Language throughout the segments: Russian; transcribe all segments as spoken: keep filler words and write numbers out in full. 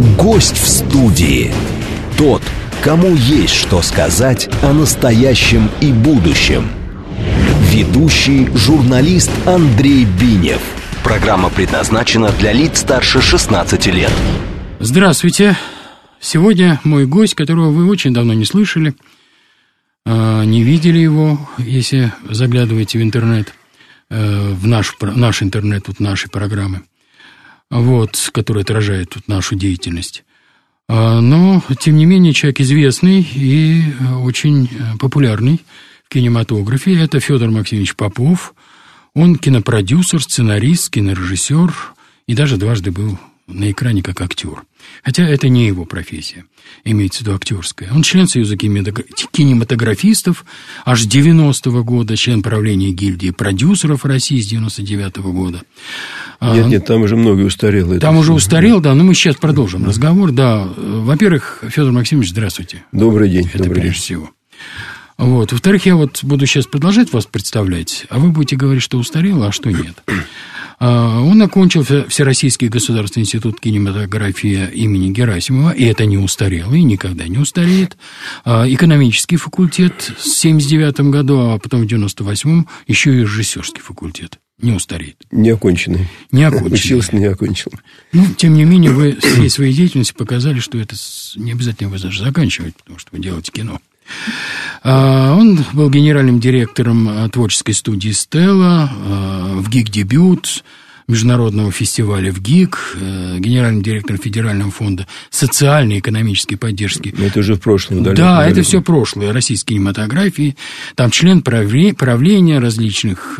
Гость в студии. Тот, кому есть что сказать о настоящем и будущем. Ведущий журналист Андрей Бинев. Программа предназначена для лиц старше шестнадцати лет. Здравствуйте. Сегодня мой гость, которого вы очень давно не слышали, не видели его, если заглядываете в интернет, в наш, наш интернет, тут наши программы, вот, который отражает тут нашу деятельность. Но, тем не менее, человек известный и очень популярный в кинематографе. Это Федор Максимович Попов. Он кинопродюсер, сценарист, кинорежиссер и даже дважды был на экране как актер. Хотя это не его профессия, имеется в виду актерская. Он член Союза кинематографистов аж с девяностого года, член правления гильдии продюсеров России с девяносто девятого года. Нет, нет, там уже многое устарело. Там уже устарел, да, но мы сейчас продолжим разговор. Да, во-первых, Федор Максимович, здравствуйте. Добрый день. Это добрый прежде день. всего. Вот. Во-вторых, я вот буду сейчас продолжать вас представлять, а вы будете говорить, что устарело, а что нет. Он окончил Всероссийский государственный институт кинематографии имени Герасимова, и это не устарело, и никогда не устареет. Экономический факультет в семьдесят девятом году, а потом в девяносто восьмом еще и режиссерский факультет. Не устареет. Не оконченный. Не оконченный. Учился, не окончил. Ну, тем не менее, вы всей своей деятельностью показали, что это не обязательно вы даже заканчивать, потому что вы делаете кино. Он был генеральным директором творческой студии «Стелла», в ГИК-дебют, международного фестиваля в ГИК, генеральным директором Федерального фонда социальной и экономической поддержки. Но это уже в прошлом. Да, да это все прошлое российской кинематографии. Там член правления различных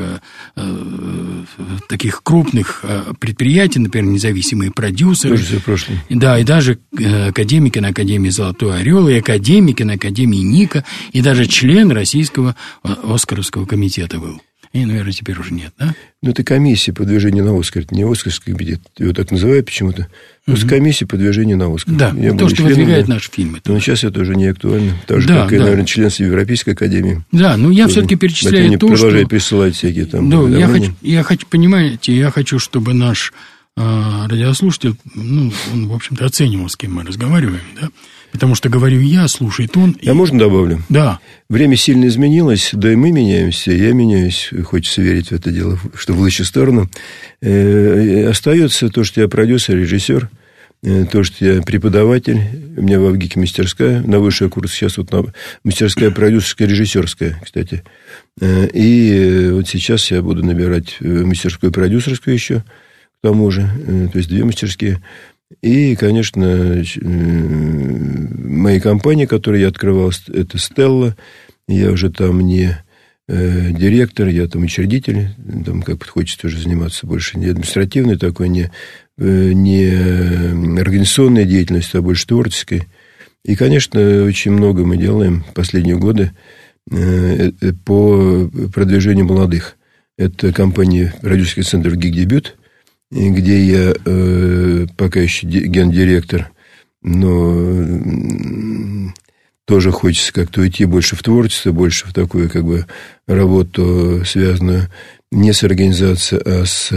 э, таких крупных предприятий, например, независимые продюсеры. Тоже все в прошлом. Да, и даже академики на Академии «Золотой орел», и академики на Академии Ника, и даже член Российского Оскаровского комитета был. И, наверное, теперь уже нет, да? Ну, это комиссия по движению на Оскар. Это не Оскарский комитет. Его так называют почему-то. Просто угу. комиссия по движению на Оскар. Да, я то, что выдвигает наши фильмы. Но сейчас это уже не актуально. Так же, да, как да. и, наверное, членство Европейской академии. Да, ну, я все-таки перечисляю они то, продолжают что... присылать всякие там... Да, я хочу, я хочу, понимаете, я хочу, чтобы наш э, радиослушатель, ну, он, в общем-то, оценивал, с кем мы разговариваем, да? Потому что говорю я, слушает он. Я и... можно добавлю? Да. Время сильно изменилось, да и мы меняемся, я меняюсь, хочется верить в это дело, что в лучшую сторону. Э, остается то, что я продюсер, режиссер, э, то, что я преподаватель, у меня в Авгике мастерская, на высший курс, сейчас вот на мастерская продюсерская, режиссерская, кстати. Э, и вот сейчас я буду набирать мастерскую продюсерскую еще, к тому же, э, то есть две мастерские. И, конечно, мои компании, которые я открывал, это «Стелла». Я уже там не э, директор, я там учредитель. Там как бы хочется уже заниматься больше не административной такой, не, э, не организационной деятельностью, а больше творческой. И, конечно, очень много мы делаем в последние годы э, по продвижению молодых. Это компания «Продюсерский центр ГИК-дебют», где я э, пока еще гендиректор, но э, тоже хочется как-то уйти больше в творчество, больше в такую как бы работу, связанную не с организацией, а с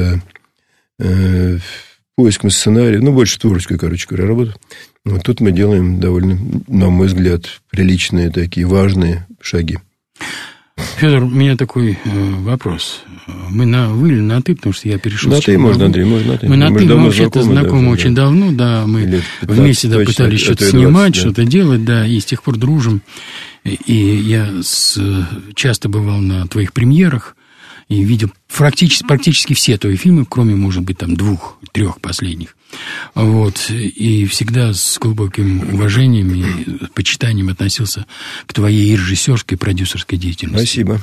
э, поиском сценария, ну, больше творческую, короче говоря, работу. Вот тут мы делаем довольно, на мой взгляд, приличные такие важные шаги. Федор, у меня такой э, вопрос. Мы на вы или на ты, потому что я перешел... На ты, можно, Андрей, можно на ты. Мы на мы ты, мы вообще-то знакомы, знакомы да, очень да. давно, да, мы пятнадцать, вместе да, пытались что-то снимать, двадцать, что-то да. делать, да, и с тех пор дружим. И я с, часто бывал на твоих премьерах и видел практически, практически все твои фильмы, кроме, может быть, там двух, трех последних. Вот, и всегда с глубоким уважением и почитанием относился к твоей и режиссерской, и продюсерской деятельности. Спасибо.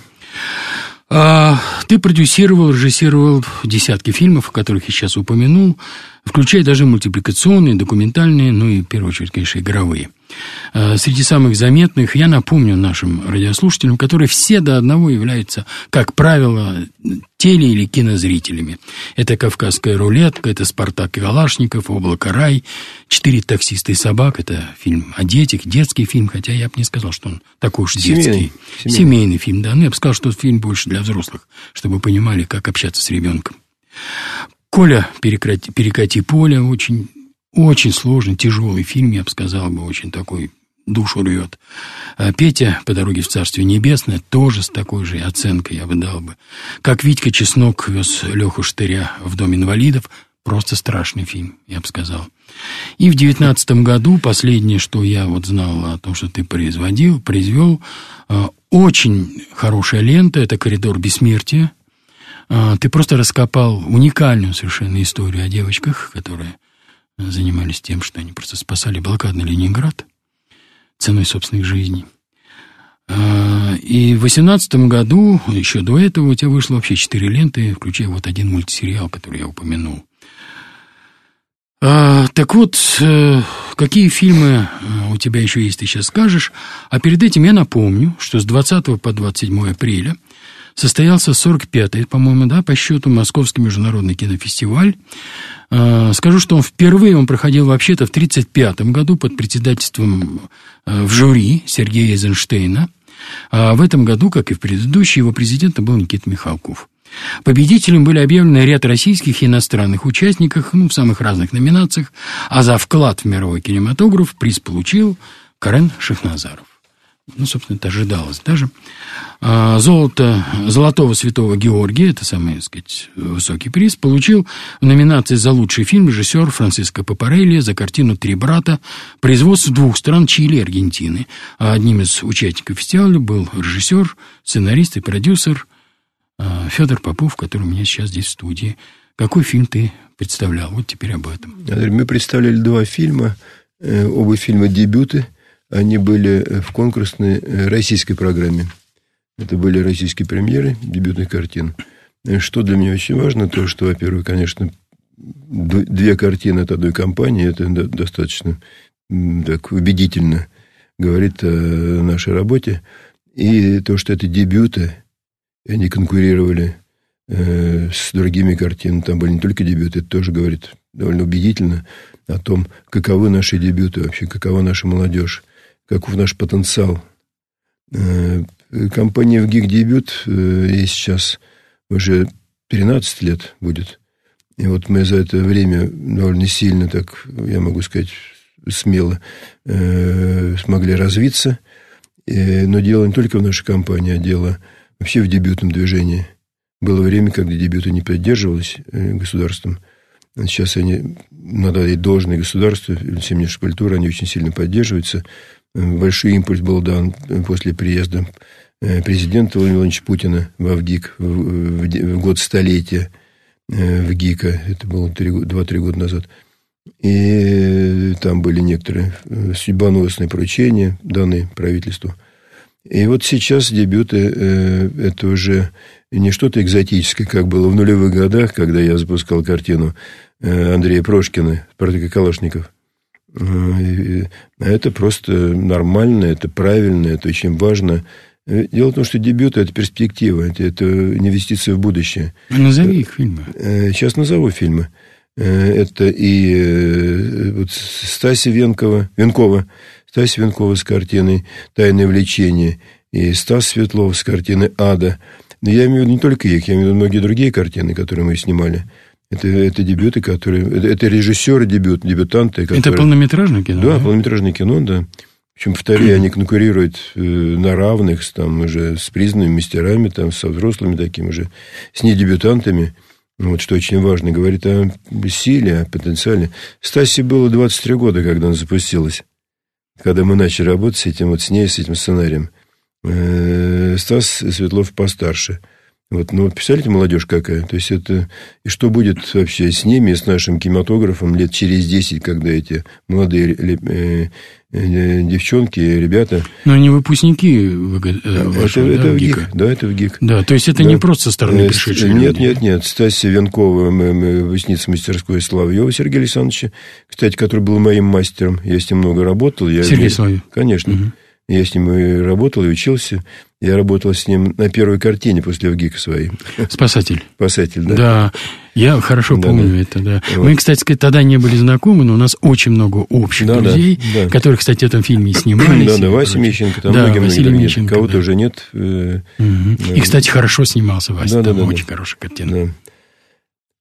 А, ты продюсировал, режиссировал десятки фильмов, о которых я сейчас упомянул, включая даже мультипликационные, документальные, ну и, в первую очередь, конечно, игровые. Среди самых заметных, я напомню нашим радиослушателям, которые все до одного являются, как правило, теле- или кинозрителями. Это «Кавказская рулетка», это «Спартак и Калашников», «Облако рай», «Четыре таксиста и собак», это фильм о детях, детский фильм, хотя я бы не сказал, что он такой уж детский. Семейный, семейный. Семейный фильм, да. Но я бы сказал, что фильм больше для взрослых, чтобы понимали, как общаться с ребенком. «Коля, перекати, перекати поле», очень очень сложный, тяжелый фильм, я бы сказал, бы, очень такой, душу рвет. А Петя по дороге в Царствие Небесное тоже с такой же оценкой я бы дал бы. Как Витька Чеснок вез Леху Штыря в Дом инвалидов, просто страшный фильм, я бы сказал. И в девятнадцатом году, последнее, что я вот знал о том, что ты производил, произвел, очень хорошая лента, это «Коридор бессмертия». Ты просто раскопал уникальную совершенно историю о девочках, которые занимались тем, что они просто спасали блокадный Ленинград ценой собственных жизней. И в восемнадцатом году, еще до этого, у тебя вышло вообще четыре ленты, включая вот один мультсериал, который я упомянул. Так вот, какие фильмы у тебя еще есть, ты сейчас скажешь. А перед этим я напомню, что с двадцатого по двадцать седьмое апреля состоялся сорок пятый, по-моему, да, по счету Московский международный кинофестиваль. Скажу, что он впервые он проходил вообще-то в тридцать пятом году под председательством в жюри Сергея Эйзенштейна. А в этом году, как и в предыдущий, его президентом был Никита Михалков. Победителем были объявлены ряд российских и иностранных участников, ну, в самых разных номинациях, а за вклад в мировой кинематограф приз получил Карен Шахназаров. Ну, собственно, это ожидалось даже. Золото Золотого Святого Георгия, это самый, так сказать, высокий приз, получил в номинации за лучший фильм режиссер Франциско Папарелли за картину «Три брата», производство двух стран, Чили и Аргентины. А одним из участников фестиваля был режиссер, сценарист и продюсер Федор Попов, который у меня сейчас здесь в студии. Какой фильм ты представлял? Вот теперь об этом. Мы представляли два фильма, оба фильма дебюты. Они были в конкурсной российской программе. Это были российские премьеры дебютных картин. Что для меня очень важно, то, что, во-первых, конечно, две картины от одной компании, это достаточно так убедительно говорит о нашей работе. И то, что это дебюты, и они конкурировали с другими картинами, там были не только дебюты, это тоже говорит довольно убедительно о том, каковы наши дебюты вообще, какова наша молодежь, каков наш потенциал. Компания ВГИК «Дебют» ей сейчас уже тринадцать лет будет. И вот мы за это время довольно сильно, так я могу сказать, смело смогли развиться. Но дело не только в нашей компании, а дело вообще в дебютном движении. Было время, когда дебюты не поддерживались государством. Сейчас они, надо дать должное государству, всем Министерству культуры, они очень сильно поддерживаются. Большой импульс был дан после приезда президента Владимира Владимировича Путина во ВГИК в, в год столетия ВГИКа. Это было два-три года назад. И там были некоторые судьбоносные поручения, данные правительству. И вот сейчас дебюты – это уже не что-то экзотическое, как было в нулевых годах, когда я запускал картину Андрея Прошкина «Спартак и Калашников». А это просто нормально, это правильно, это очень важно. Дело в том, что дебюты – это перспектива, это, это инвестиция в будущее. Назови их фильмы. Сейчас назову фильмы. Это и вот Стася Венкова, Венкова, Стася Венкова с картиной «Тайное влечение», и Стас Светлов с картиной «Ада». Но я имею в виду не только их, я имею в виду многие другие картины, которые мы снимали. Это, это дебюты, которые... Это, это режиссеры дебют, дебютанты. Которые... Это полнометражное кино? Да, да, полнометражное кино, да. Причем, повторяю, они конкурируют на равных там, уже с признанными мастерами, там, со взрослыми такими уже, с недебютантами. Вот, что очень важно, говорит о силе, о потенциале. Стасе было двадцать три года, когда она запустилась. Когда мы начали работать с этим, вот с ней, с этим сценарием. Стас Светлов постарше. Вот, ну, представляете, молодежь какая. То есть, это... И что будет вообще с ними, с нашим кинематографом лет через десять, когда эти молодые э, э, девчонки, ребята... Но они выпускники вашего, это, да, это ВГИКа. ВГИК, да, это ВГИК. Да, то есть, это да. Не просто со стороны пришедшие Нет, люди. нет, нет. Стася Венкова, выпускница мастерской Соловьева Сергея Александровича, кстати, который был моим мастером. Я с ним много работал. Я Сергей Соловьев. Конечно. Угу. Я с ним и работал, и учился. Я работал с ним на первой картине после ВГИКа своей. «Спасатель». «Спасатель», да. Да, я хорошо да, помню да. это, да. Вот. Мы, кстати сказать, тогда не были знакомы, но у нас очень много общих да, друзей, да, да. которые, кстати, в этом фильме снимались. Да, да, Вася Мищенко, там да, многие, Василий многие Мищенко, кого-то да. уже нет. Угу. Да. И, кстати, хорошо снимался Вася, да, там да, очень да. хорошая картина. Да.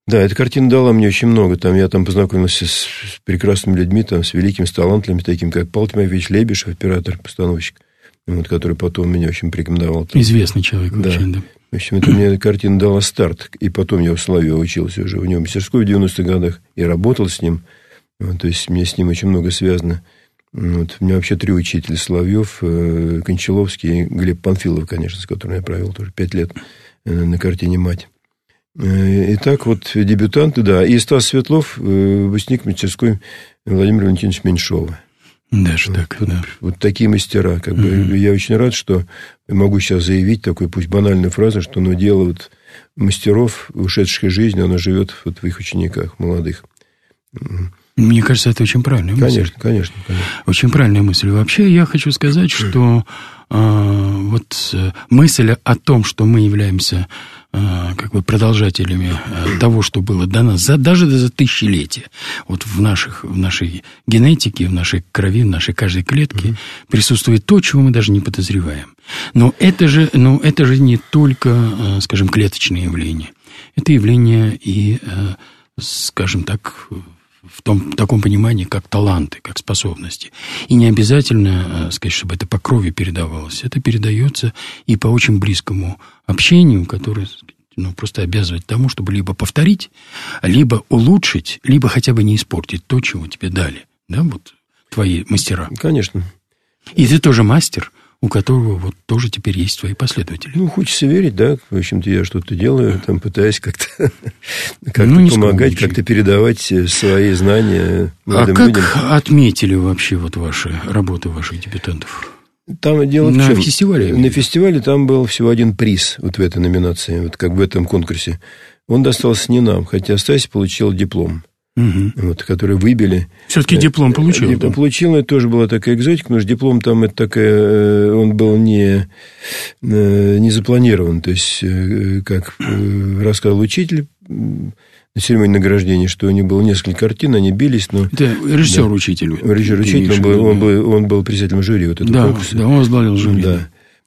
Да, эта картина дала мне очень много. Там, я там познакомился с, с прекрасными людьми, там, с великими, с талантливыми, такими, как Павел Тимофеевич Лебешев, оператор-постановщик, вот, который потом меня очень порекомендовал. Там. Известный человек, да. Очень, да. В общем, это мне картина дала старт. И потом я в Соловьеве учился уже у него в мастерской в девяностых годах и работал с ним. Вот, то есть, мне с ним очень много связано. Вот. У меня вообще три учителя: Соловьев, Кончаловский и Глеб Панфилов, конечно, с которым я провел тоже пять лет на картине «Мать». Итак, вот дебютанты, да. И Стас Светлов, выпускник мастерской Владимира Валентиновича Меньшова. Даже так, вот, да. Вот такие мастера. Как mm-hmm. бы, я очень рад, что могу сейчас заявить такую, пусть банальную фразу, что ну, дело вот мастеров, ушедших из жизни, оно живет вот в их учениках, молодых. Мне кажется, это очень правильная мысль. Конечно, конечно, конечно. Очень правильная мысль. Вообще, я хочу сказать, что э, вот мысль о том, что мы являемся э, как бы продолжателями э, того, что было до нас, за, даже за тысячелетия, вот в, наших, в нашей генетике, в нашей крови, в нашей каждой клетке mm-hmm. присутствует то, чего мы даже не подозреваем. Но это же, но это же не только, э, скажем, клеточные явления. Это явления и, э, скажем так, в том, в таком понимании, как таланты, как способности. И не обязательно, сказать, чтобы это по крови передавалось. Это передается и по очень близкому общению, которое, ну, просто обязывает тому, чтобы либо повторить, либо улучшить, либо хотя бы не испортить то, чего тебе дали. Да, вот твои мастера. Конечно. И ты тоже мастер, у которого вот тоже теперь есть свои последователи. Ну, хочется верить, да. В общем-то, я что-то делаю, там пытаюсь как-то, как-то ну, помогать, как-то передавать свои знания молодым людям. людям. А как отметили вообще вот ваши работы ваших дебютантов? Там дело в на чем? фестивале? На фестивале там был всего один приз вот в этой номинации, вот как в этом конкурсе. Он достался не нам, хотя Стась получил диплом. Угу. Вот, которые выбили. Все-таки диплом получил. Диплом да? получил, это тоже была такая экзотика, потому что диплом там это такая, он был не, не запланирован. То есть, как рассказал учитель на церемонии награждения, что у него было несколько картин, они бились, но... Это режиссер-учитель. Да, режиссер-учитель, он был, он, был, он был председателем жюри вот этого да, конкурса. Да, он возглавил жюри. Да.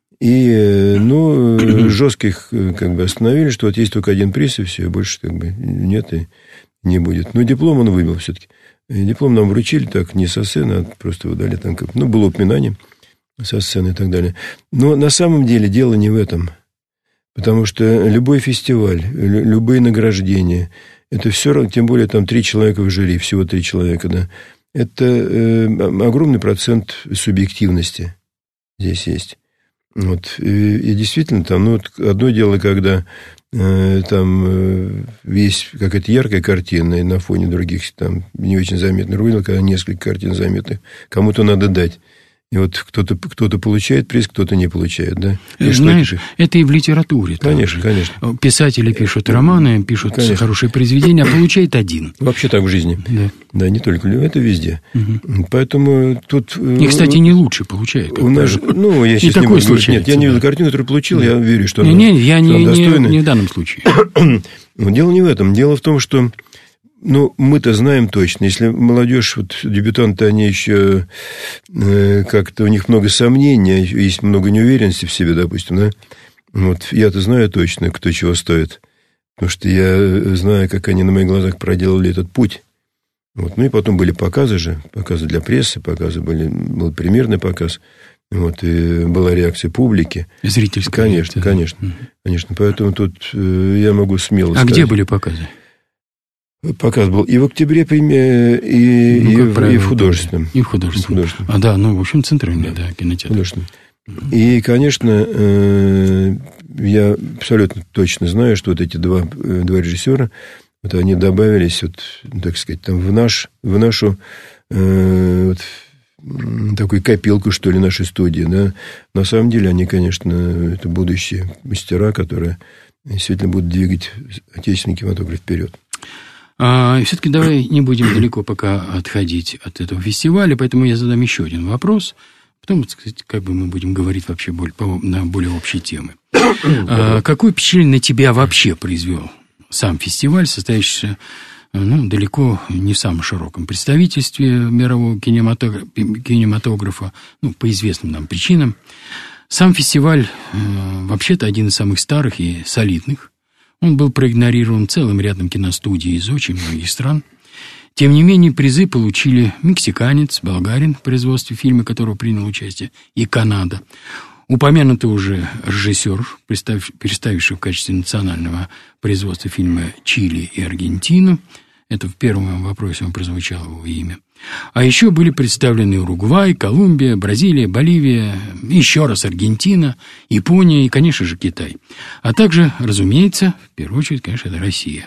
И, ну, жестко их как бы остановили, что вот есть только один приз, и все, больше как бы нет, и не будет. Но диплом он выбил все-таки. Диплом нам вручили так, не со сцены, а просто выдали там, как, ну, было упоминание со сцены и так далее. Но на самом деле дело не в этом. Потому что любой фестиваль, любые награждения, это все, тем более там три человека в жюри, всего три человека, да, это э, огромный процент субъективности здесь есть. Вот. И, и действительно, там, ну, вот одно дело, когда э, там э, есть какая-то яркая картина, и на фоне других там не очень заметно. Другое, когда несколько картин заметных, кому-то надо дать. И вот кто-то, кто-то получает приз, кто-то не получает, да? И знаешь, что... это и в литературе. Конечно, конечно. Писатели пишут романы, пишут конечно. хорошие произведения, а получает один. Вообще так в жизни. Да. Да, не только это везде. Угу. Поэтому тут... И, кстати, не лучше получает. У нас, ну, я сейчас не буду говорить. Нет, я не видел картину, которую получил, да. я верю, что не, она не, я не, достойна. Не, не в данном случае. Но дело не в этом. Дело в том, что ну, мы-то знаем точно, если молодежь, вот дебютанты, они еще э, как-то, у них много сомнений, есть много неуверенности в себе, допустим, да, вот я-то знаю точно, кто чего стоит, потому что я знаю, как они на моих глазах проделали этот путь, вот, ну, и потом были показы же, показы для прессы, показы были, был примерный показ, вот, и была реакция публики. Зрительская. Конечно, реакция. конечно, mm-hmm. конечно, поэтому тут э, я могу смело а сказать. А где были показы? Показ был и в октябре, и, и, ну, и, в, правило, и в художественном. И в художественном. И в художественном. А, да, ну, в общем, центральный, да, да кинотеатр. И, конечно, я абсолютно точно знаю, что вот эти два, два режиссера, вот они добавились, вот, так сказать, там, в, наш, в нашу э, вот, такую копилку, что ли, нашей студии. Да. На самом деле они, конечно, это будущие мастера, которые действительно будут двигать отечественный кинематограф вперед. А, все-таки давай не будем далеко пока отходить от этого фестиваля, поэтому я задам еще один вопрос. Потом, кстати, как бы мы будем говорить вообще более, на более общие темы. а, какое впечатление на тебя вообще произвел сам фестиваль, состоящийся ну, далеко не в самом широком представительстве мирового кинематографа, кинематографа ну, по известным нам причинам? Сам фестиваль э, вообще-то один из самых старых и солидных. Он был проигнорирован целым рядом киностудий из очень многих стран. Тем не менее, призы получили мексиканец, болгарин, в производстве фильма, которого принял участие, и Канада. Упомянутый уже режиссер, представивший в качестве национального производства фильма Чили и Аргентину. Это в первом вопросе он прозвучало его имя. А еще были представлены Уругвай, Колумбия, Бразилия, Боливия, еще раз Аргентина, Япония и, конечно же, Китай. А также, разумеется, в первую очередь, конечно, это Россия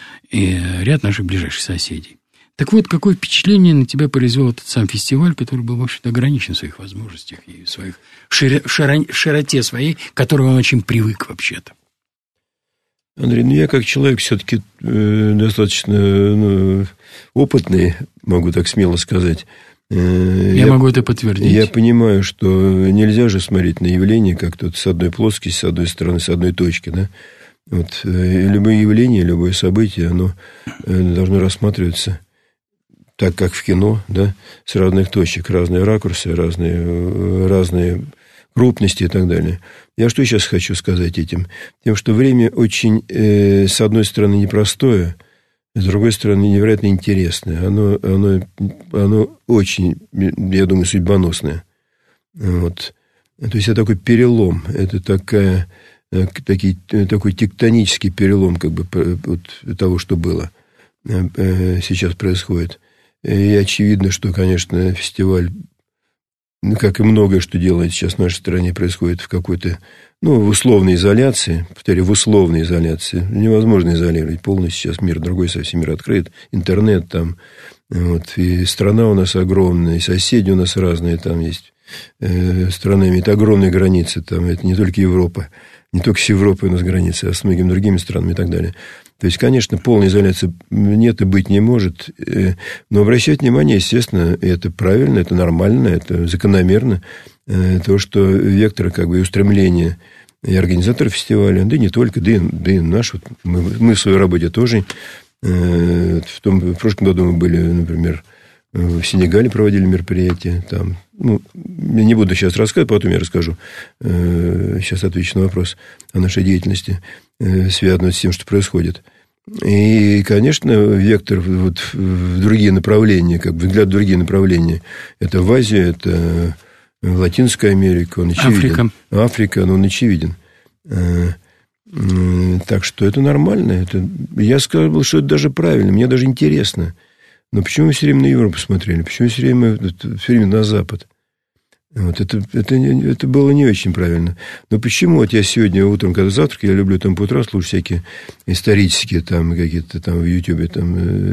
и ряд наших ближайших соседей. Так вот, какое впечатление на тебя произвел этот сам фестиваль, который был, в общем-то, ограничен в своих возможностях и в, своих, в, шире, в, широ, в широте своей, к которой он очень привык вообще-то? Андрей, ну я как человек все-таки э, достаточно ну, опытный, могу так смело сказать. Э, я, я могу это подтвердить. Я понимаю, что нельзя же смотреть на явление как-то с одной плоскости, с одной стороны, с одной точки, да. Вот, э, любое явление, любое событие, оно э, должно рассматриваться так, как в кино, да, с разных точек, разные ракурсы, разные, разные крупности и так далее. Я что сейчас хочу сказать этим? Тем, что время очень, э, с одной стороны, непростое, с другой стороны, невероятно интересное. Оно, оно, оно очень, я думаю, судьбоносное. Вот. То есть, это такой перелом, это такая, такие, такой тектонический перелом как бы, вот, того, что было, э, сейчас происходит. И очевидно, что, конечно, фестиваль, ну, как и многое, что делает сейчас в нашей стране, происходит в какой-то, ну, в условной изоляции, повторяю, в условной изоляции. Невозможно изолировать полностью. Сейчас мир другой совсем, мир открыт, интернет там, вот, и страна у нас огромная, и соседи у нас разные, там есть э, страна имеет огромные границы, там, это не только Европа, не только с Европой у нас границы, а с многими другими странами и так далее. То есть, конечно, полной изоляции нет и быть не может, но обращать внимание, естественно, это правильно, это нормально, это закономерно, то, что вектор как бы, и устремления и организаторов фестиваля, да и не только, да и, да и наш, вот мы, мы в своей работе тоже, в, том, в прошлом году мы были, например, в Сенегале проводили мероприятие, там, ну, я не буду сейчас рассказывать, потом я расскажу, сейчас отвечу на вопрос о нашей деятельности, связанного с тем, что происходит. И, конечно, вектор вот в другие направления, как бы взгляд в другие направления. Это в Азию, это в Латинскую Америку, он очевиден. Африка. Африка, но он очевиден. Так что это нормально. Это, я сказал, что это даже правильно, мне даже интересно. Но почему мы все время на Европу смотрели? Почему все время, все время на Запад? Вот это, это, это было не очень правильно. Но почему вот я сегодня утром, когда завтракаю, я люблю там по утру слушать всякие исторические там какие-то там в Ютубе там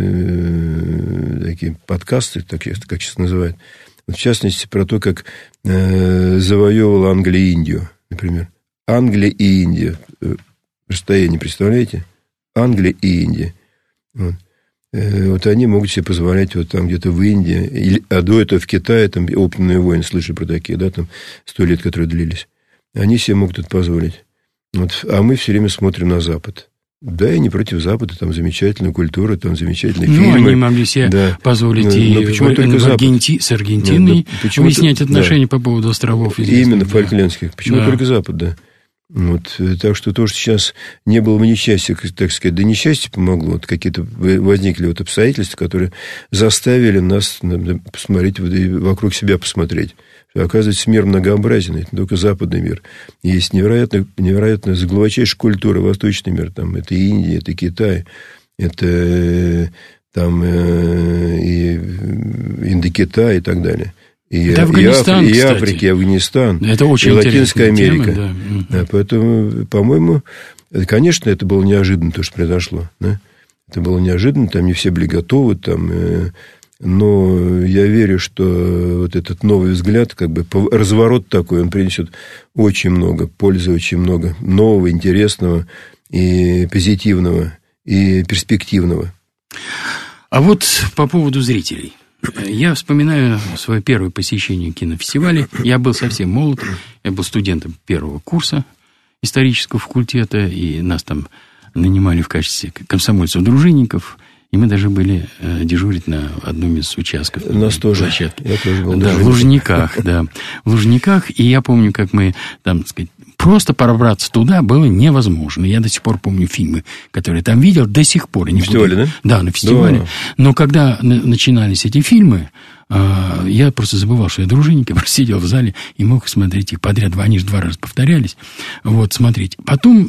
э, такие подкасты, так, как сейчас называют. Вот в частности, про то, как э, завоевывала Англия Индию, например. Англия и Индия. Расстояние, представляете? Англия и Индия. Вот. Вот они могут себе позволять вот там где-то в Индии, или, а до этого в Китае, там опытные войны, слышали про такие, да, там сто лет, которые длились. Они себе могут это позволить. Вот, а мы все время смотрим на Запад. Да, я не против Запада, там замечательная культура, там замечательные ну, фильмы. Ну, они могли себе да. позволить но, и но почему в, только в Аргенти... с Аргентиной ну, да, выяснять отношения да. по поводу островов. Именно, да. фольклендских. Почему да. только Запад, да. Вот, так что то, что сейчас не было бы несчастья, так сказать, да несчастье помогло, вот какие-то возникли вот обстоятельства, которые заставили нас посмотреть, вокруг себя посмотреть. Оказывается, мир многообразен, это не только западный мир. Есть невероятно, невероятно глубочайшая культура, восточный мир, там, это Индия, это Китай, это там и Индокитай и так далее. И, это Афганистан, и, Афри, и Африка, и Афганистан, это очень и Латинская Америка. Тема, да. Да, поэтому, по-моему, конечно, это было неожиданно, то, что произошло. Да? Это было неожиданно, там не все были готовы, там, э, но я верю, что вот этот новый взгляд, как бы разворот такой, он принесет очень много пользы, очень много нового, интересного и позитивного, и перспективного. А вот по поводу зрителей. Я вспоминаю свое первое посещение кинофестиваля. Я был совсем молод. Я был студентом первого курса исторического факультета. И нас там нанимали в качестве комсомольцев-дружинников. И мы даже были э, дежурить на одном из участков. Нас тоже. Площадки. Я тоже был да, в Лужниках, да. В Лужниках. И я помню, как мы там, так сказать, просто пробраться туда было невозможно. Я до сих пор помню фильмы, которые там видел, до сих пор. На фестивале, да? Да, на фестивале. Да. Но когда начинались эти фильмы, я просто забывал, что я дружинник, я просто сидел в зале и мог смотреть их подряд. Они же два раза повторялись. Вот, смотреть. Потом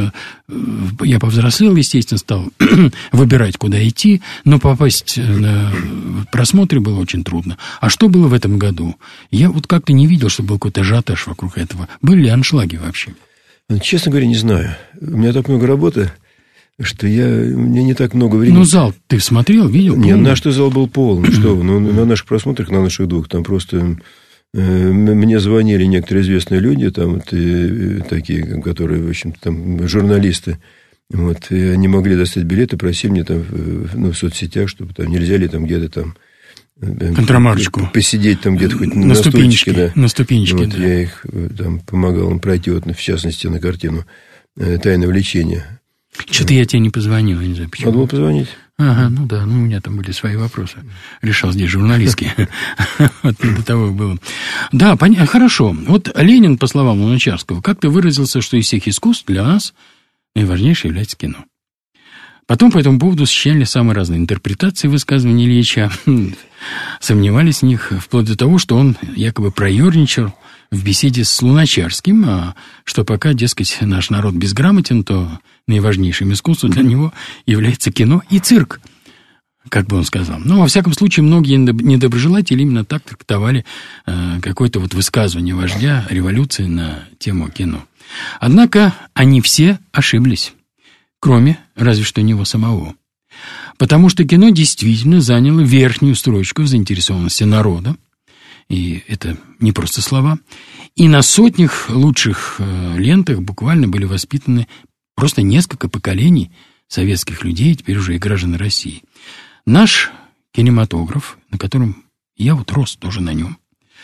я повзрослел, естественно, стал выбирать, куда идти, но попасть на просмотры было очень трудно. А что было в этом году? Я вот как-то не видел, что был какой-то ажиотаж вокруг этого. Были ли аншлаги вообще? Честно говоря, не знаю. У меня так много работы, что я, у меня не так много времени. Ну, зал ты смотрел, видел? Нет, наш зал был полный. Что вы, ну, на наших просмотрах, на наших двух, там просто... Э, мне звонили некоторые известные люди, там, вот, и, и, такие, которые, в общем-то, там, журналисты. Вот, и они могли достать билеты, просили мне там, ну, в соцсетях, чтобы там, нельзя ли там где-то там... Контрамарочку. Посидеть там где-то хоть на, на ступенечке. Да. На ступенечке, вот, да. Я их там помогал им пройти, вот, в частности, на картину «Тайна влечения». Что-то я тебе не позвонил, я не знаю, почему. Надо было позвонить. Ага, ну да, ну у меня там были свои вопросы. Решал здесь журналистские. Вот до того было. Да, хорошо. Вот Ленин, по словам Луначарского, как-то выразился, что из всех искусств для нас наиважнейшее является кино. Потом по этому поводу сочиняли самые разные интерпретации высказываний Ильича. Сомневались в них, вплоть до того, что он якобы проерничал в беседе с Луначарским, а что пока, дескать, наш народ безграмотен, то наиважнейшим искусством для него является кино и цирк, как бы он сказал. Но, во всяком случае, многие недоброжелатели именно так трактовали э, какое-то вот высказывание вождя революции на тему кино. Однако они все ошиблись, кроме разве что него самого. Потому что кино действительно заняло верхнюю строчку в заинтересованности народа, и это не просто слова, и на сотнях лучших э, лентах буквально были воспитаны просто несколько поколений советских людей, теперь уже и граждан России. Наш кинематограф, на котором я вот рос тоже на нем,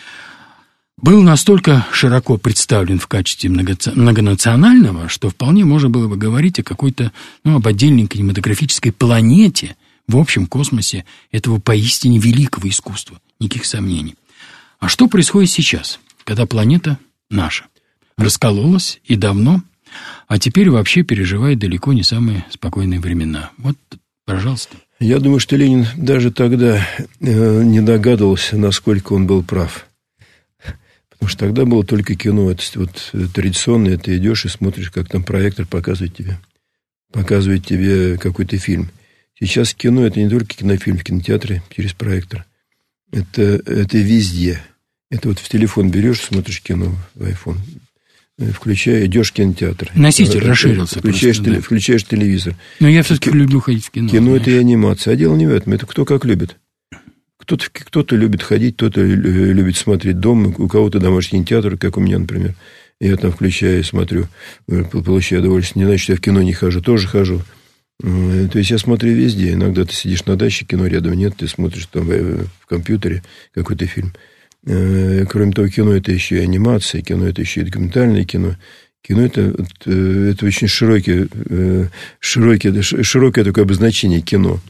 был настолько широко представлен в качестве многонационального, что вполне можно было бы говорить о какой-то, ну, об отдельной кинематографической планете в общем космосе этого поистине великого искусства. Никаких сомнений. А что происходит сейчас, когда планета наша раскололась и давно, а теперь вообще переживает далеко не самые спокойные времена? Вот, пожалуйста. Я думаю, что Ленин даже тогда э, не догадывался, насколько он был прав. Потому что тогда было только кино. Это вот традиционное, ты идешь и смотришь, как там проектор показывает тебе. Показывает тебе какой-то фильм. Сейчас кино – это не только кинофильм в кинотеатре через проектор. Это, это везде. Это вот в телефон берешь, смотришь кино в iPhone. Включая, идешь в кинотеатр. Носитель расширился. Включаешь, просто, теле, да. включаешь телевизор. Но я все-таки люблю ходить в кино. Кино знаешь. Это и анимация. А дело не в этом. Это кто как любит. Кто-то, кто-то любит ходить, кто-то любит смотреть дома. У кого-то домашний кинотеатр, как у меня, например. Я там включаю, смотрю, получаю удовольствие. Не значит, что я в кино не хожу. Тоже хожу. То есть я смотрю везде. Иногда ты сидишь на даче, кино рядом нет. Ты смотришь там в компьютере какой-то фильм. Кроме того, кино – это еще и анимация, кино – это еще и документальное кино. Кино – это, это очень широкое, широкое, широкое такое обозначение кино.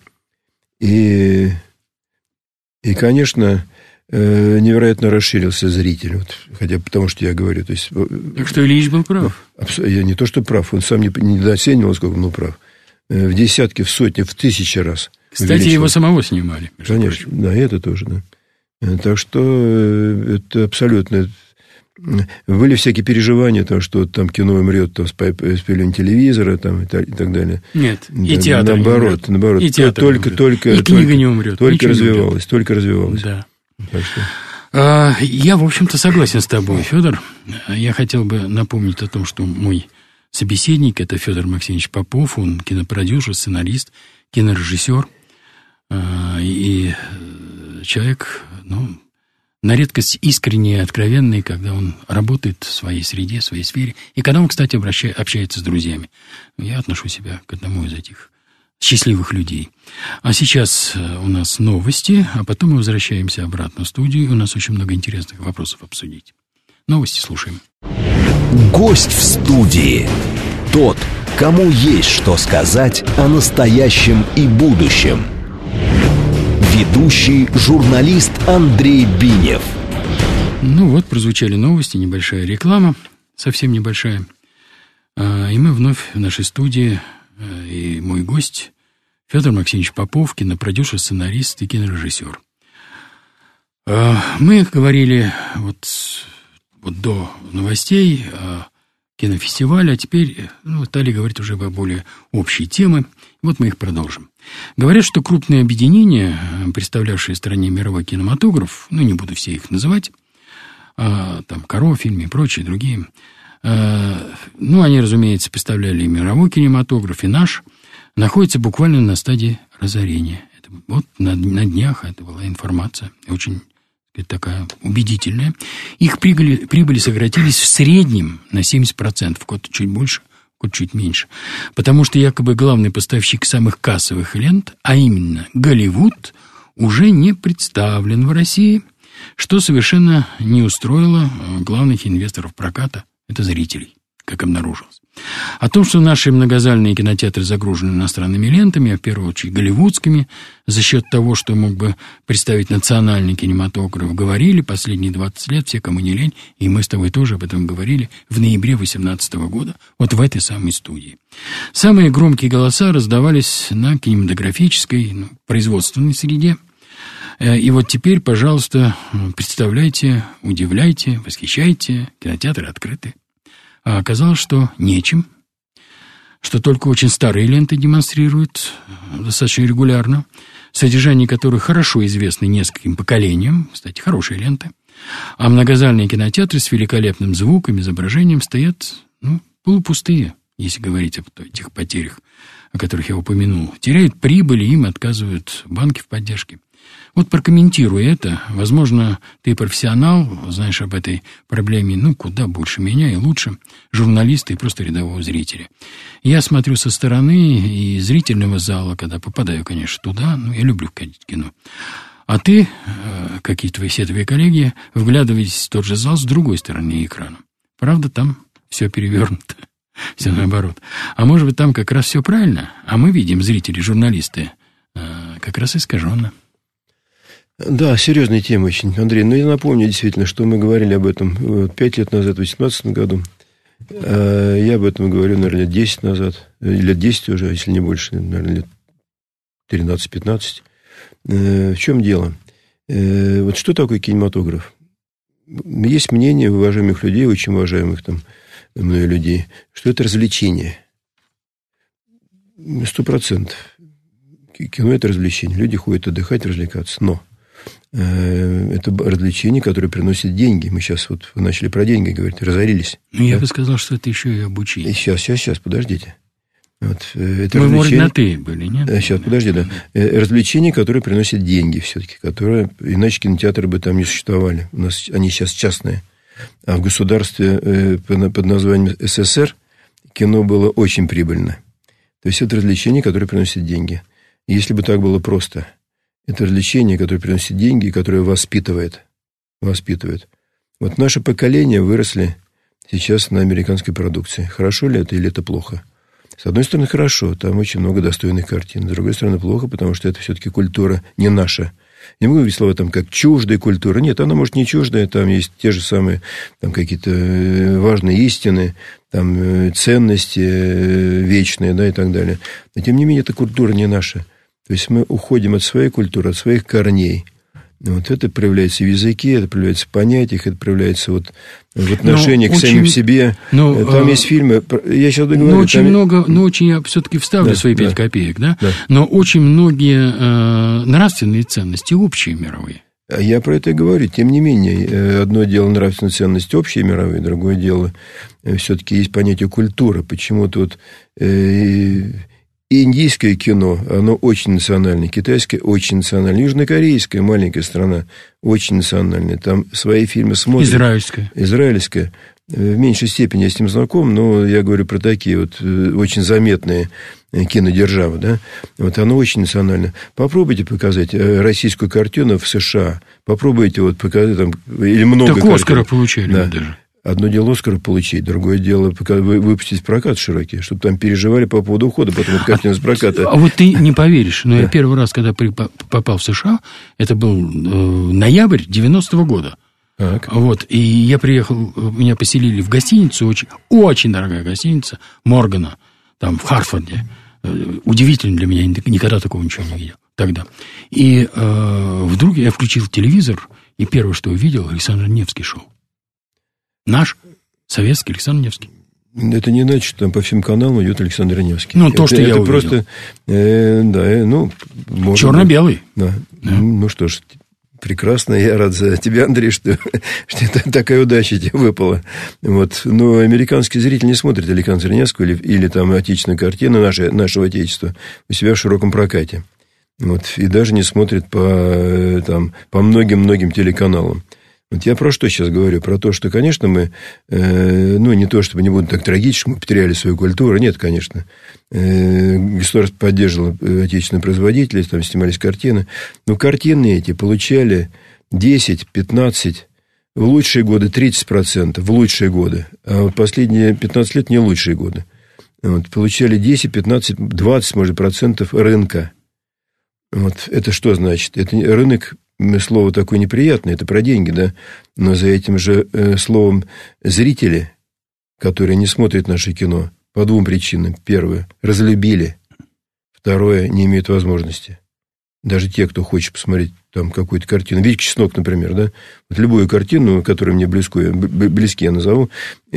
И, и, конечно, невероятно расширился зритель. Вот, хотя потому, что я говорю. То есть, так что Ильич был прав. Я не то, что прав, он сам не недооценивал, сколько он был прав. В десятки, в сотни, в тысячи раз. Кстати, его самого снимали. Конечно, прочим. Да, это тоже, да. Так что это абсолютно... Были всякие переживания, там, что там кино умрет там, с появлением телевизора там, и, так, и так далее. Нет, и да, театр наоборот, не умрет. наоборот. И театр только, не только, и книга только, не умрет. Только развивалась, только развивалась. Да. Так что... а, я, в общем-то, согласен с тобой, Федор. Я хотел бы напомнить о том, что мой собеседник – это Федор Максимович Попов. Он кинопродюсер, сценарист, кинорежиссер. И человек... Ну, на редкость искренний и откровенный, когда он работает в своей среде, в своей сфере, и когда он, кстати, обращает, общается с друзьями. Я отношу себя к одному из этих счастливых людей. А сейчас у нас новости, а потом мы возвращаемся обратно в студию, и у нас очень много интересных вопросов обсудить. Новости слушаем. Гость в студии. Тот, кому есть что сказать о настоящем и будущем. Ведущий журналист Андрей Бинев. Ну вот, прозвучали новости, небольшая реклама. совсем небольшая. И мы вновь в нашей студии, и мой гость Федор Максимович Попов, кинопродюсер, сценарист и кинорежиссер. Мы говорили вот, вот до новостей о кинофестивале, а теперь ну, стали говорить уже о более общей темы. Вот мы их продолжим. Говорят, что крупные объединения, представлявшие стране мировой кинематограф, ну, не буду все их называть, а, там, Каро, фильмы и прочие другие, а, ну, они, разумеется, представляли и мировой кинематограф, и наш, находятся буквально на стадии разорения. Это, вот на, на днях это была информация, очень такая убедительная. Их прибыли, прибыли сократились в среднем на семьдесят процентов, кот чуть больше, кот чуть меньше. Потому что якобы главный поставщик самых кассовых лент, а именно Голливуд, уже не представлен в России, что совершенно не устроило главных инвесторов проката, это зрителей, как обнаружилось. О том, что наши многозальные кинотеатры загружены иностранными лентами, а в первую очередь голливудскими, за счет того, что мог бы представить национальный кинематограф, говорили последние двадцать лет, все, кому не лень, и мы с тобой тоже об этом говорили в ноябре две тысячи восемнадцатого года, вот в этой самой студии. Самые громкие голоса раздавались на кинематографической, ну, производственной среде. И вот теперь, пожалуйста, представляйте, удивляйте, восхищайте, кинотеатры открыты. А оказалось, что нечем, что только очень старые ленты демонстрируют достаточно регулярно, содержание которых хорошо известно нескольким поколениям, кстати, хорошие ленты, а многозальные кинотеатры с великолепным звуком, изображением стоят, ну, полупустые, если говорить об этих потерях, о которых я упомянул. Теряют прибыль, и им отказывают банки в поддержке. Вот прокомментируй это. Возможно, ты профессионал, знаешь об этой проблеме, ну, куда больше меня и лучше журналиста и просто рядового зрителя. Я смотрю со стороны и зрительного зала, когда попадаю, конечно, туда, ну, я люблю кино. А ты, как и твои, все твои коллеги, вглядываетесь в тот же зал с другой стороны экрана. Правда, там все перевернуто, все наоборот. А может быть, там как раз все правильно, а мы видим, зрители, журналисты, как раз искаженно. Да, серьезная тема очень, Андрей. Но я напомню, действительно, что мы говорили об этом пять лет назад, в две тысячи восемнадцатом году. Я об этом говорю, наверное, лет десять назад. Лет десять уже, если не больше, наверное, лет тринадцать-пятнадцать. В чем дело? Вот что такое кинематограф? Есть мнение уважаемых людей, очень уважаемых там мной людей, что это развлечение. Сто процентов. Кино – это развлечение. Люди ходят отдыхать, развлекаться. Но это развлечение, которое приносит деньги. Мы сейчас вот начали про деньги говорить, разорились. Ну, я да? бы сказал, что это еще и обучение. Сейчас, сейчас, сейчас, подождите. Вот, это мы, развлечение... может, на «ты» были, нет? Сейчас, подожди, да. Развлечение, которое приносит деньги все-таки, которое... Иначе кинотеатры бы там не существовали. У нас они сейчас частные. А в государстве под названием СССР кино было очень прибыльно. То есть, это развлечение, которое приносит деньги. Если бы так было просто... Это развлечение, которое приносит деньги и которое воспитывает. Воспитывает. Вот наше поколение выросли сейчас на американской продукции. Хорошо ли это или это плохо? С одной стороны, хорошо. Там очень много достойных картин. С другой стороны, плохо, потому что это все-таки культура не наша. Не могу говорить слова там, как чуждая культура. Нет, она, может, не чуждая. Там есть те же самые там, какие-то важные истины, там, ценности вечные, да, и так далее. Но, тем не менее, эта культура не наша. То есть, мы уходим от своей культуры, от своих корней. Вот это проявляется в языке, это проявляется в понятиях, это проявляется вот в отношении но к очень, самим себе. Но, там а, есть фильмы, я сейчас договорю. Но очень там... много, но очень я все-таки вставлю да, свои пять да, копеек, да? да? Но очень многие э, нравственные ценности общие мировые. Я про это и говорю. Тем не менее, одно дело нравственные ценности общие мировые, другое дело все-таки есть понятие культуры. Почему-то вот... Э, И индийское кино, оно очень национальное, китайское очень национальное, южнокорейская маленькая страна очень национальная, там свои фильмы смотрят. Израильская. Израильская. В меньшей степени я с ним знаком, но я говорю про такие вот очень заметные кинодержавы, да, вот оно очень национальное. Попробуйте показать российскую картину в США, попробуйте вот показать там, или много так картин. Оскара получали да. даже. Одно дело Оскар получить, другое дело выпустить в прокат широкий, чтобы там переживали по поводу ухода, потом это картина с проката. А вот ты не поверишь, но я первый раз, когда попал в США, это был ноябрь девяностого года. Так. Вот, и я приехал, меня поселили в гостиницу, очень, очень дорогая гостиница, Моргана, там, в Хартфорде. Удивительно для меня, никогда такого ничего не видел тогда. И э, вдруг я включил телевизор, и первое, что увидел, Александр Невский шел. Наш, советский Александр Невский. Это не значит, что там по всем каналам идет Александр Невский. Ну, то, это, что это я увидел. Просто, э, да, э, ну... Черно-белый. Да. Да. Ну, что ж, прекрасно. Я рад за тебя, Андрей, что, что это такая удача тебе выпала. Вот. Но американский зритель не смотрит Александра Невского или, или там отечественную картину нашей, нашего отечества у себя в широком прокате. Вот. И даже не смотрит по, там, по многим-многим телеканалам. Вот я про что сейчас говорю? Про то, что, конечно, мы, э, ну, не то, чтобы не буду так трагически, мы потеряли свою культуру. Нет, конечно. Э, государство поддерживало отечественных производителей, там снимались картины. Но картины эти получали десять, пятнадцать, в лучшие годы тридцать процентов, в лучшие годы. А вот последние пятнадцать лет не лучшие годы. Вот, получали десять, пятнадцать, двадцать, может, процентов рынка. Вот, это что значит? Это рынок... Слово такое неприятное, это про деньги, да, но за этим же э, словом зрители, которые не смотрят наше кино, по двум причинам. Первое, разлюбили. Второе, не имеют возможности. Даже те, кто хочет посмотреть там какую-то картину. «Витька Чеснок», например, да, вот любую картину, которая мне близкую, близки я назову,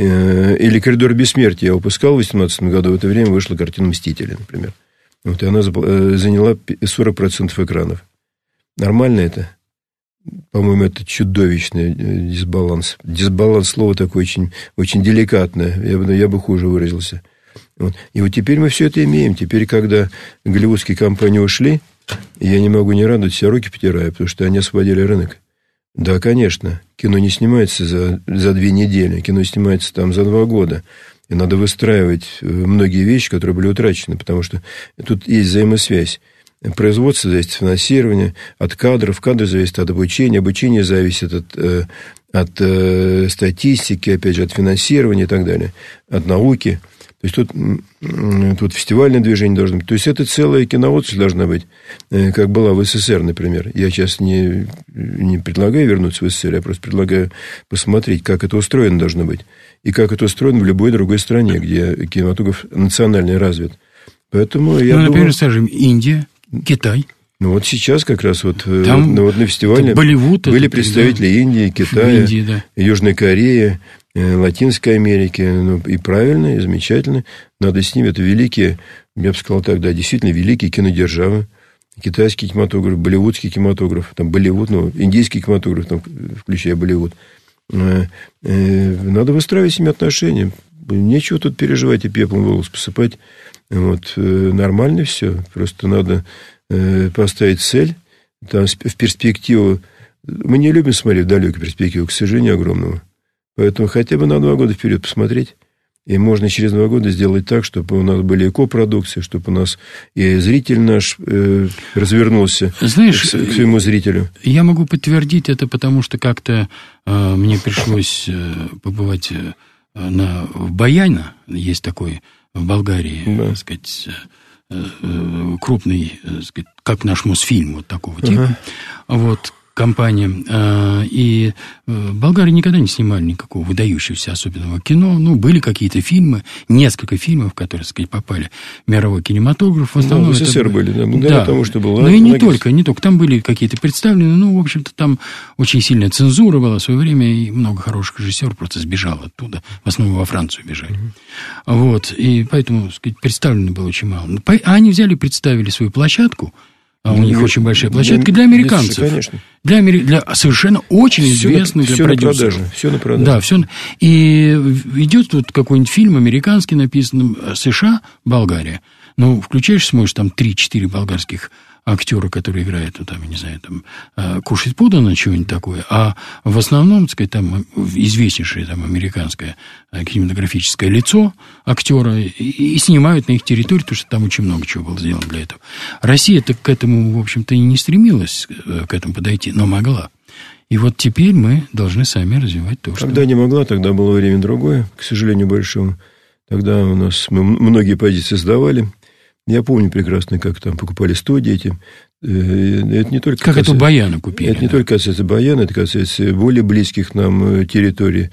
э, или «Коридор бессмертия» я выпускал в восемнадцатом году, в это время вышла картина «Мстители», например. Вот, и она заняла сорок процентов экранов. Нормально это? По-моему, это чудовищный дисбаланс. Дисбаланс, слово такое очень, очень деликатное. Я бы, я бы хуже выразился. Вот. И вот теперь мы все это имеем. Теперь, когда голливудские компании ушли, я не могу не радовать, себя руки потираю, потому что они освободили рынок. Да, конечно, кино не снимается за, за две недели. Кино снимается там за два года. И надо выстраивать многие вещи, которые были утрачены, потому что тут есть взаимосвязь. Производство зависит от финансирования, от кадров, кадры зависят от обучения, обучение зависит от, от статистики, опять же, от финансирования и так далее, от науки. То есть, тут, тут фестивальное движение должно быть. То есть, это целая киноотрасль должна быть, как была в СССР, например. Я сейчас не, не предлагаю вернуться в СССР, я просто предлагаю посмотреть, как это устроено должно быть. И как это устроено в любой другой стране, где кинематограф национальный развит. Поэтому я ну, думаю... например, скажем, Индия, Китай. Ну, вот сейчас как раз вот, там, вот на фестивале Болливуд, были это, представители да, Индии, Китая, Индии, да. Южной Кореи, Латинской Америки. Ну, и правильно, и замечательно. Надо с ними. Это великие, я бы сказал так, да, действительно великие кинодержавы. Китайский кинематограф, болливудский кинематограф, там, Болливуд, ну, индийский кинематограф, там, включая Болливуд. Надо выстраивать с ними отношения. Нечего тут переживать и пеплом волос посыпать. Вот, нормально все. Просто надо поставить цель. Там, в перспективу... Мы не любим смотреть в далекую перспективу, к сожалению, огромному. Поэтому хотя бы на два года вперед посмотреть. И можно через два года сделать так, чтобы у нас были и копродукции, чтобы у нас и зритель наш э, развернулся. Знаешь, к, к своему зрителю. Я могу подтвердить это, потому что как-то э, мне пришлось э, побывать э, на, в Баяна, есть такой в Болгарии, да. так сказать, э, э, крупный, э, сказать, как наш Мосфильм, вот такого типа. Ага. Вот. Компания. И болгары никогда не снимали никакого выдающегося особенного кино. Ну, были какие-то фильмы, несколько фильмов, которые, так сказать, попали в мировой кинематограф. В основном ну, в СССР это... были, да. Благодаря да. тому, что было... Ну, и не только, не только. Там были какие-то представлены. Ну, в общем-то, там очень сильная цензура была в свое время, и много хороших режиссеров просто сбежало оттуда. В основном во Францию бежали. Mm-hmm. Вот. И поэтому, так сказать, представлено было очень мало. А они взяли, представили свою площадку. А у них очень большая площадка для американцев. Конечно. Для, для совершенно очень все известных на, для продюсеров. Все на продажу. Да, все. И идет вот какой-нибудь фильм американский, написан США, Болгария. Ну, включаешь, смотришь, там три-четыре болгарских актера, которые играют, ну, там, я не знаю, там, кушать подано, чего-нибудь такое. А в основном, так сказать, там известнейшее там, американское кинематографическое лицо актера и, и снимают на их территории, потому что там очень много чего было сделано для этого. Россия-то к этому, в общем-то, и не стремилась к этому подойти, но могла. И вот теперь мы должны сами развивать то, что... Когда не могла, тогда было время другое, к сожалению, большому. Тогда у нас мы многие позиции сдавали. Я помню прекрасно, как там покупали студии эти. Это не только как касается, эту Баяна купили. Это да. не только касается Баяна, это касается более близких нам территорий.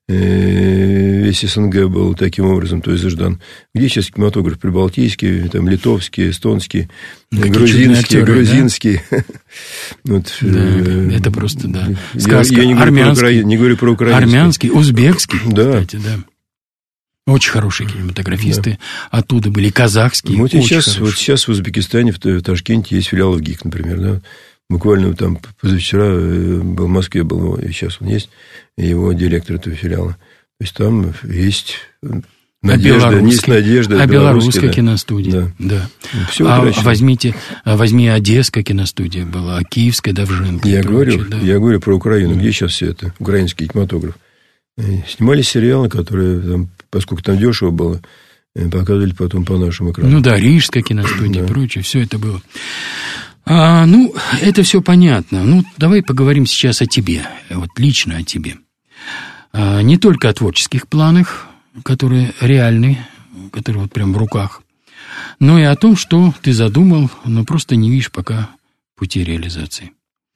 Весь СНГ был таким образом, то есть Ждан. Где сейчас кинематограф прибалтийский, там, литовский, эстонский, ну, грузинский, актеры, грузинский. Да? Вот, да, э, это просто, да, сказка. Я, я не, говорю армянский, про, не говорю про украинский. Армянский, узбекский, да. кстати, да. Очень хорошие кинематографисты да. оттуда были, казахские. Вот сейчас, вот сейчас в Узбекистане, в Ташкенте есть филиал ГИК, например, да. Буквально там позавчера был в Москве, был, и сейчас он есть, его директор этого филиала. То есть там есть надежда, а есть надежда. А белорусская да. киностудия. Да. Да. Все а возьмите, возьми Одесская киностудия была, а Киевская Довженко. Я говорю, да. я говорю про Украину. Да. Где сейчас все это? Украинский кинематограф. Снимали сериалы, которые, там, поскольку там дешево было, показывали потом по нашим экранам. Ну да, Рижская киностудия и да. прочее, все это было. А, ну, это все понятно. Ну, давай поговорим сейчас о тебе, вот лично о тебе. А, не только о творческих планах, которые реальны, которые вот прям в руках, но и о том, что ты задумал, но просто не видишь пока пути реализации.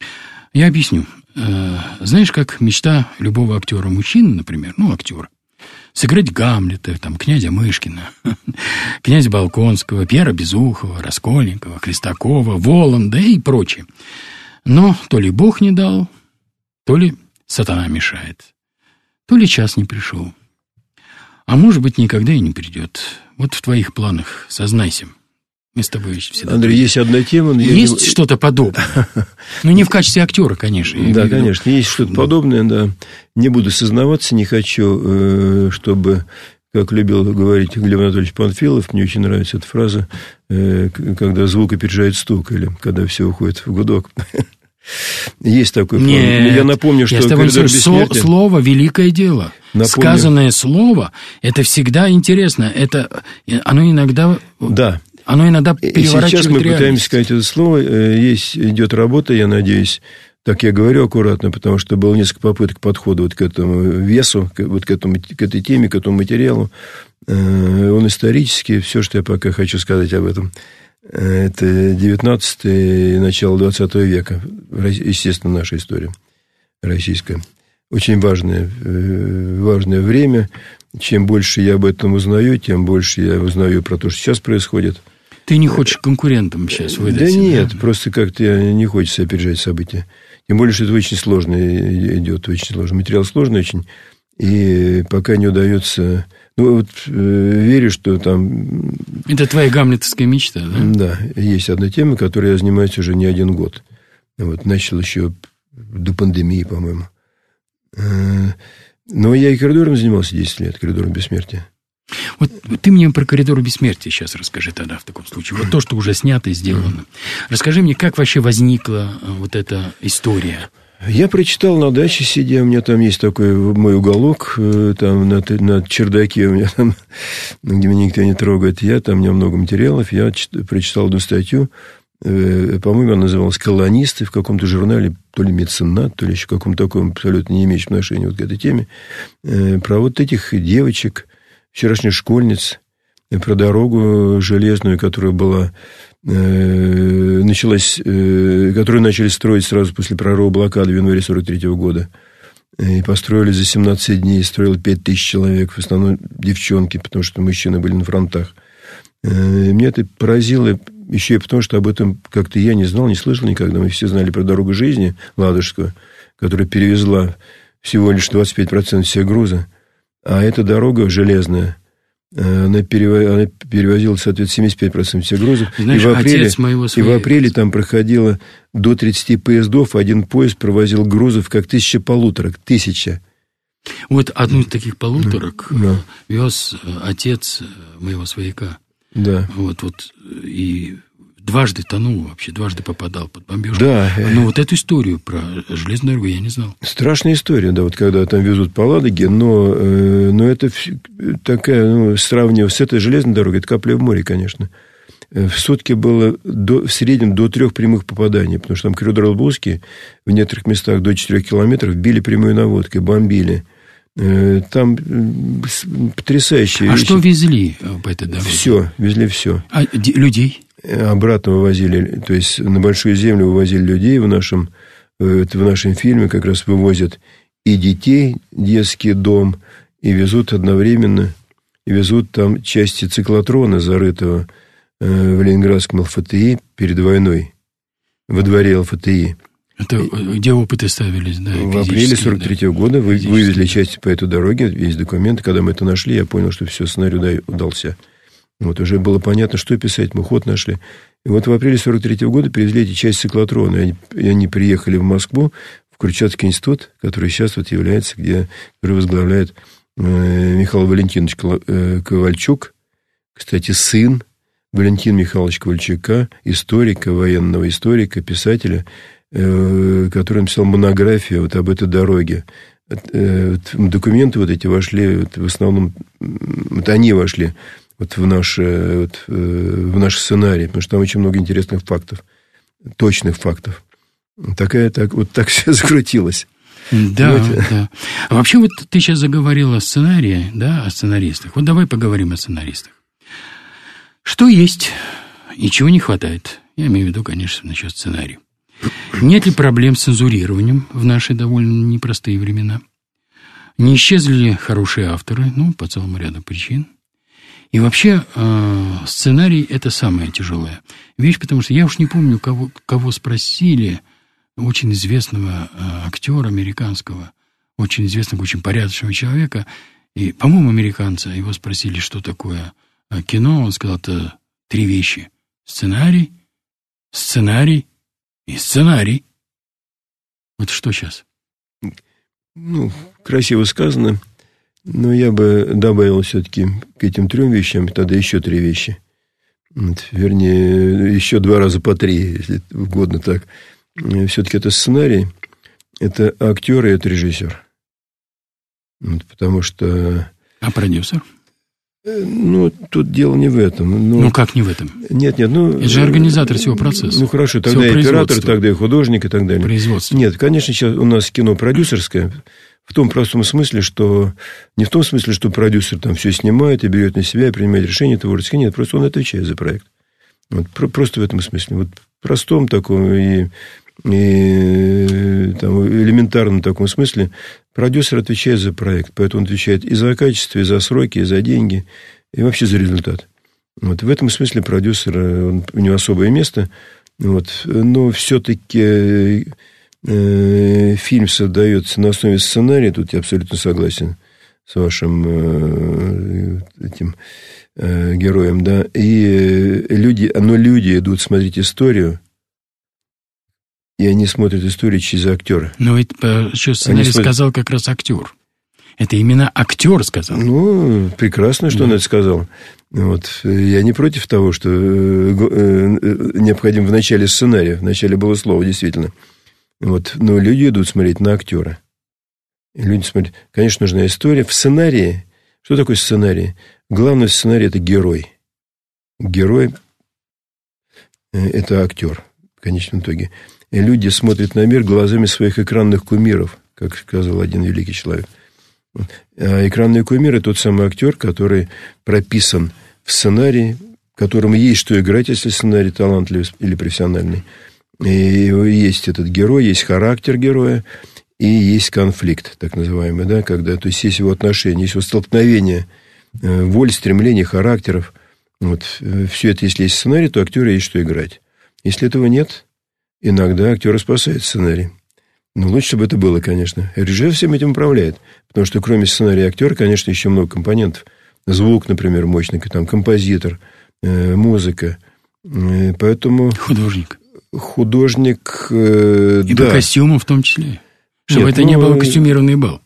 Я объясню. А, знаешь, как мечта любого актера-мужчины, например, ну, актера, сыграть Гамлета, там, князя Мышкина, князя Балконского, Пьера Безухова, Раскольникова, Хлестакова, Воланда и прочее. Но то ли Бог не дал, то ли сатана мешает, то ли час не пришел. А может быть, никогда и не придет. Вот в твоих планах, сознайся. Мы с тобой всегда... Андрей, есть одна тема... Есть я... что-то подобное? Ну, не в качестве актера, конечно. Да, конечно, есть что-то подобное, да. Не буду сознаваться, не хочу, чтобы, как любил говорить Глеб Анатольевич Панфилов, мне очень нравится эта фраза, когда звук опережает стук, или когда все уходит в гудок. Есть такой план. Нет, я напомню, что я «Коридор бессмертия... Слово – великое дело. Напомню. Сказанное слово – это всегда интересно. Это, оно иногда... Да. Оно иногда переворачивает сейчас мы реальность. Пытаемся сказать это слово. Есть, идет работа, я надеюсь, так я говорю аккуратно, потому что было несколько попыток подхода вот к этому весу, вот к, этому, к этой теме, к этому материалу. Он исторический. Все, что я пока хочу сказать об этом, это девятнадцатый и начало двадцатого века. Естественно, наша история российская. Очень важное, важное время. Чем больше я об этом узнаю, тем больше я узнаю про то, что сейчас происходит. Ты не хочешь конкурентам сейчас выдать? Да нет, да? Просто как-то не хочется опережать события. Тем более, что это очень сложно идет, очень сложно. Материал сложный очень, и пока не удается... Ну, вот верю, что там... Это твоя гамлетовская мечта, да? Да, есть одна тема, которой я занимаюсь уже не один год. Вот, начал еще до пандемии, по-моему. Но я и коридором занимался десять лет, коридором бессмертия. Вот ты мне про «Коридор бессмертия» сейчас расскажи тогда в таком случае. Вот то, что уже снято и сделано. Расскажи мне, как вообще возникла вот эта история? Я прочитал на даче, сидя, у меня там есть такой мой уголок, там на, на чердаке у меня там, где меня никто не трогает. Я, там у меня много материалов, я прочитал одну статью, по-моему, она называлась «Колонисты» в каком-то журнале, то ли «Меценат», то ли еще каком-то таком абсолютно не имеющем отношения вот к этой теме, про вот этих девочек, вчерашних школьниц, про дорогу железную, которая была, началась, которую начали строить сразу после прорыва блокады в январе сорок третьего года. И построили за семнадцать дней, строило пять тысяч человек, в основном девчонки, потому что мужчины были на фронтах. И меня это поразило еще и потому, что об этом как-то я не знал, не слышал никогда. Мы все знали про дорогу жизни Ладожскую, которая перевезла всего лишь двадцать пять процентов всех груза. А эта дорога железная, она, перево... она перевозила, соответственно, семьдесят пять процентов всех грузов. Знаешь, и, в апреле... отец моего и в апреле там проходило до тридцати поездов. Один поезд провозил грузов, как тысяча полуторок. Тысяча. Вот одну из таких полуторок да. вез отец моего свояка. Да. Вот, вот, и дважды тонул вообще, дважды попадал под бомбежку. Да. Но вот эту историю про железную дорогу я не знал. Страшная история, да, вот когда там везут по Ладоге, но, но это такая, ну, сравнивая с этой железной дорогой, это капля в море, конечно. В сутки было до, в среднем до трех прямых попаданий, потому что там коридор Албузский в некоторых местах до четырех километров били прямой наводкой, бомбили. Там потрясающие а вещи. А что везли по этой дороге? Все, везли все. А людей? Обратно вывозили, то есть на Большую Землю вывозили людей. В нашем, в нашем фильме как раз вывозят и детей, детский дом, и везут одновременно, и везут там части циклотрона, зарытого в Ленинградском эл эф тэ и перед войной, во дворе эл эф тэ и. Это где опыты ставились, да? В апреле сорок третьего да, года вы, вывезли части по этой дороге, есть документы. Когда мы это нашли, я понял, что все, сценарий удался. Вот уже было понятно, что писать, мы ход нашли. И вот в апреле сорок третьего года привезли эти части циклотрона, и они, и они приехали в Москву, в Кручатский институт, который сейчас вот является, где, который возглавляет э, Михаил Валентинович Ковальчук, кстати, сын Валентина Михайловича Ковальчука, историка, военного историка, писателя, который написал монографию вот об этой дороге. Документы вот эти вошли, вот в основном, вот они вошли вот в, наш, вот в наш сценарий, потому что там очень много интересных фактов, точных фактов. Такая, так, вот так все закрутилось. Да, вот. Да. А вообще вот ты сейчас заговорил о сценарии, да, о сценаристах. Вот давай поговорим о сценаристах. Что есть и чего не хватает? Я имею в виду, конечно, насчет сценария. Нет ли проблем с цензурированием в наши довольно непростые времена? Не исчезли ли хорошие авторы? Ну, по целому ряду причин. И вообще, э, сценарий – это самая тяжелая вещь, потому что я уж не помню, кого, кого спросили, очень известного э, актера американского, очень известного, очень порядочного человека, и, по-моему, американца, его спросили, что такое кино, он сказал, это три вещи. Сценарий, сценарий и сценарий. Вот что сейчас? Ну, красиво сказано, но я бы добавил все-таки к этим трем вещам тогда еще три вещи. Вот, вернее, еще два раза по три, если угодно так. Все-таки это сценарий, это актер и это режиссер. Вот, потому что... А продюсер? Ну, тут дело не в этом. Ну, ну как не в этом? Нет, нет. Ну, это же организатор всего процесса. Ну, хорошо, тогда и оператор, тогда и художник, и так далее. Производство. Нет, конечно, сейчас у нас кино продюсерское, в том простом смысле, что... Не в том смысле, что продюсер там все снимает и берет на себя, и принимает решения творческие. Нет, просто он отвечает за проект. Вот, просто в этом смысле. Вот в простом таком и, и там, элементарном таком смысле продюсер отвечает за проект. Поэтому он отвечает и за качество, и за сроки, и за деньги, и вообще за результат. Вот в этом смысле продюсер, он, у него особое место. Вот, но все-таки э, фильм создается на основе сценария. Тут я абсолютно согласен с вашим э, этим э, героем, да. И люди, но люди идут смотреть историю, и они смотрят историю через актера. Но ведь что сценарий смотрят... сказал как раз актер. Это именно актер сказал. Ну, прекрасно, что да. он это сказал. Вот. Я не против того, что необходимо в начале сценария. В начале было слово, действительно. Вот. Но люди идут смотреть на актера. И люди смотрят. Конечно, нужна история. В сценарии... Что такое сценарий? Главный в сценарии – это герой. Герой – это актер, в конечном итоге. И люди смотрят на мир глазами своих экранных кумиров, как сказал один великий человек. А экранный кумир – это тот самый актер, который прописан в сценарии, которому есть что играть, если сценарий талантливый или профессиональный. И есть этот герой, есть характер героя, и есть конфликт, так называемый, да, когда, то есть, есть его отношения, есть его столкновение воль, стремлений, характеров. Вот. Все это, если есть сценарий, то актеру есть что играть. Если этого нет, иногда актера спасает сценарий. Но лучше, чтобы это было, конечно. Режиссер всем этим управляет. Потому что кроме сценария и актера, конечно, еще много компонентов. Звук, например, мощный, там, композитор, э, музыка. Э, поэтому... Художник. Художник, э, И да. по костюмам в том числе. Чтобы Нет, это ну, не было костюмированный бал.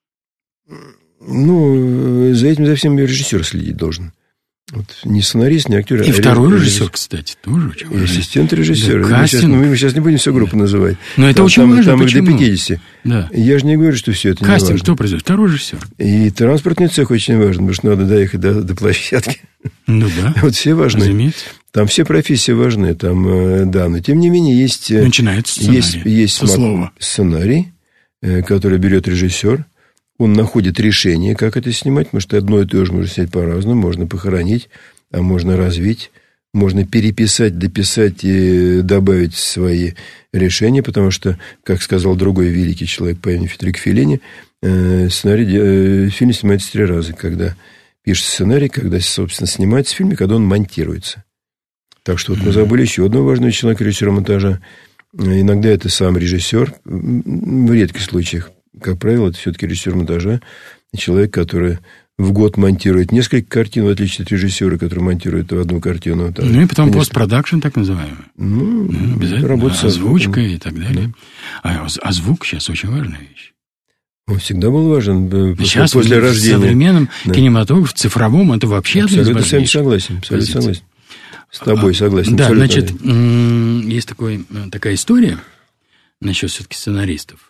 Ну, за этим, за всем режиссер следить должен. Вот, не сценарист, не актер. И а второй режиссер, режиссер, кстати, тоже очень важный. И ассистент режиссера. Да, мы, сейчас, ну, мы сейчас не будем всю группу да. называть. Но это там, очень там, важно. Там Почему? их до пятидесяти. Да. Я же не говорю, что все это не Кастинг важно. кто производит? Второй режиссер. И транспортный цех очень важен, потому что надо доехать до, до площадки. Ну да. Вот все важны. Разумеется. Там все профессии важны. Там, да, но тем не менее есть... Начинается сценарий. Есть, есть со слова. Сценарий, который берет режиссер. он находит решение, как это снимать, потому что одно и то же можно снять по-разному. Можно похоронить, а можно развить, можно переписать, дописать и добавить свои решения, потому что, как сказал другой великий человек по имени Федерико Феллини, сценарий, фильм снимается три раза. Когда пишется сценарий, когда, собственно, снимается фильм, и когда он монтируется. Так что вот мы забыли еще одного важного человека, режиссера монтажа. Иногда это сам режиссер, в редких случаях. Как правило, это все-таки режиссер монтажа, человек, который в год монтирует несколько картин, в отличие от режиссера, который монтирует одну картину. Там, ну, и потом постпродакшн, так называемый. Ну, ну обязательно. Работа озвучка и так далее. Да. А, а звук сейчас очень важная вещь. Он всегда был важен сейчас после рождения. В современном да. кинематографе, в цифровом, это вообще одно из важнейших. Абсолютно согласен. Абсолютно согласен. С тобой согласен. Да, значит, есть такой, такая история насчет все-таки сценаристов.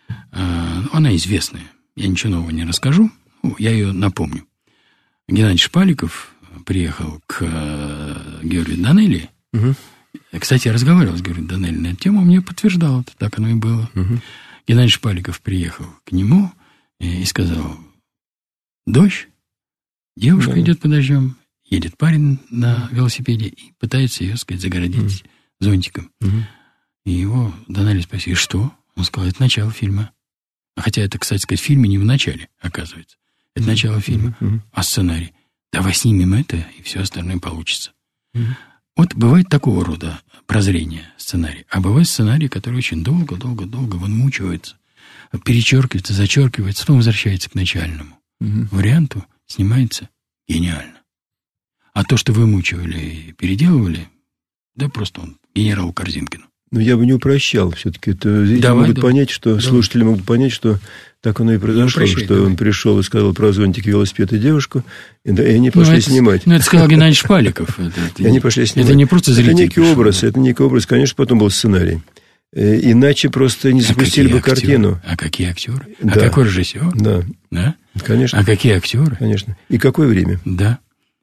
Она известная. Я ничего нового не расскажу. Я ее напомню. Геннадий Шпаликов приехал к Георгию Данелли. Угу. Кстати, я разговаривал с Георгием Данелли на эту тему, он мне подтверждал это, так оно и было. Угу. Геннадий Шпаликов приехал к нему и сказал: дождь, девушка да. идет по дождем, едет парень на велосипеде и пытается ее, сказать, загородить угу. зонтиком. Угу. И его Данелли спросил: и что? Он сказал: это начало фильма. Хотя это, кстати сказать, в фильме не в начале, оказывается. Это mm-hmm. начало фильма. Mm-hmm. А сценарий? Давай снимем это, и все остальное получится. Mm-hmm. Вот бывает такого рода прозрение сценария. А бывает сценарий, который очень долго-долго-долго вымучивается, перечеркивается, зачеркивается, потом возвращается к начальному mm-hmm. варианту, снимается гениально. А то, что вымучивали и переделывали, да просто он генералу Корзинкину. Но я бы не упрощал. Все-таки это зрители давай, могут давай. понять, что давай. слушатели могут понять, что так оно и произошло, ну, что давай. он пришел и сказал про зонтик, велосипед и девушку, и, да, и они пошли ну, это, снимать. Ну, это сказал Геннадий Шпаликов. Это, это, и они пошли снимать. Это не просто зритель. Это некий образ, это некий образ, конечно, потом был сценарий. Иначе просто не запустили бы актеры? картину. А какие актеры? Да. А какой режиссер? Да. да. Конечно. А какие актеры? Конечно. И какое время? Да.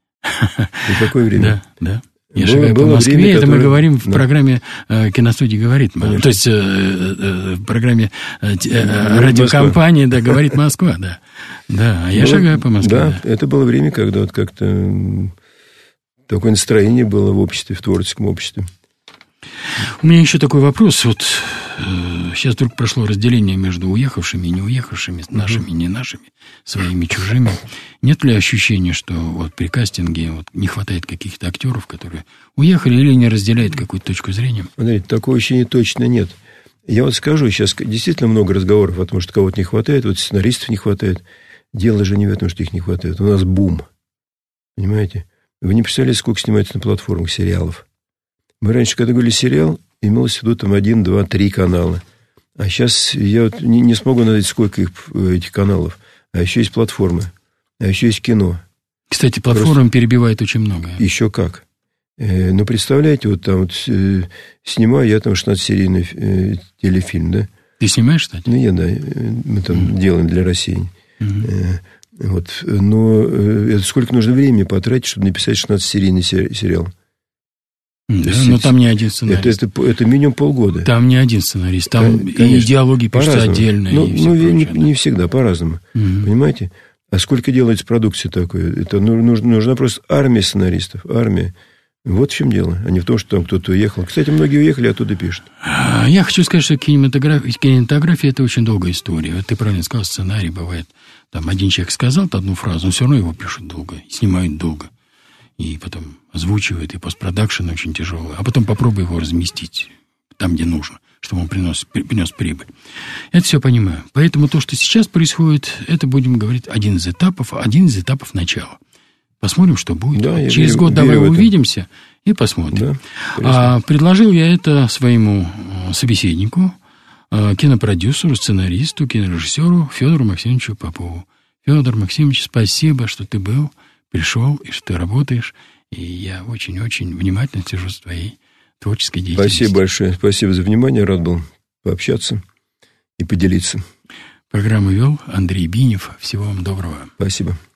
И какое время? Да, да. Я было, шагаю по Москве, время, это которое... мы говорим в да. программе э, «Киностудия говорит». Конечно. То есть, э, э, в программе э, э, радиокомпании, да, «Говорит Москва», да. Да, а я было, шагаю по Москве. Да, да, это было время, когда вот как-то такое настроение было в обществе, в творческом обществе. У меня еще такой вопрос. Вот э, сейчас вдруг прошло разделение между уехавшими и не уехавшими, нашими и не нашими, своими, чужими. Нет ли ощущения, что вот при кастинге вот не хватает каких-то актеров, которые уехали или не разделяют какую-то точку зрения? Смотрите, такого ощущения точно нет. Я вот скажу, сейчас действительно много разговоров о том, что кого-то не хватает, вот сценаристов не хватает. Дело же не в этом, что их не хватает. У нас бум. Понимаете? Вы не представляете, сколько снимается на платформах сериалов. Мы раньше, когда говорили сериал, имелось в виду там один, два, три канала. А сейчас я вот не, не смогу назвать, сколько их, этих каналов. А еще есть платформы. А еще есть кино. Кстати, платформам Просто... перебивает очень много. Еще как. Э, ну, представляете, вот там вот, э, снимаю я там шестнадцатисерийный э, телефильм, да? Ты снимаешь, кстати? Ну, я, да. Мы там mm-hmm. делаем для России. Mm-hmm. Э, вот. Но э, это сколько нужно времени потратить, чтобы написать шестнадцатисерийный сериал? Да, есть, но там не один сценарист. Это, это, это минимум полгода. Там не один сценарист. Там Конечно, и диалоги пишутся отдельно. Ну, и ну не, не всегда, по-разному. Mm-hmm. Понимаете? А сколько делается продукции такой? Это нужна, нужна просто армия сценаристов. Армия. Вот в чем дело. А не в том, что там кто-то уехал. Кстати, многие уехали, оттуда пишут. Я хочу сказать, что кинематография, кинематография – это очень долгая история. Вот ты правильно сказал, сценарий бывает. Там один человек сказал одну фразу, но все равно его пишут долго. Снимают долго. И потом озвучивают, и постпродакшн очень тяжелый. А потом попробуй его разместить там, где нужно, чтобы он принес, принес прибыль. Это все понимаю. Поэтому то, что сейчас происходит, это, будем говорить, один из этапов, один из этапов начала. Посмотрим, что будет. Да, Через верю, год давай увидимся и посмотрим. Да, а, предложил я это своему собеседнику, кинопродюсеру, сценаристу, кинорежиссеру Федору Максимовичу Попову. Федор Максимович, спасибо, что ты был. Пришел, и что ты работаешь, и я очень-очень внимательно слежу за твоей творческой деятельностью. Спасибо большое, спасибо за внимание, рад был пообщаться и поделиться. Программу вел Андрей Бинев. Всего вам доброго. Спасибо.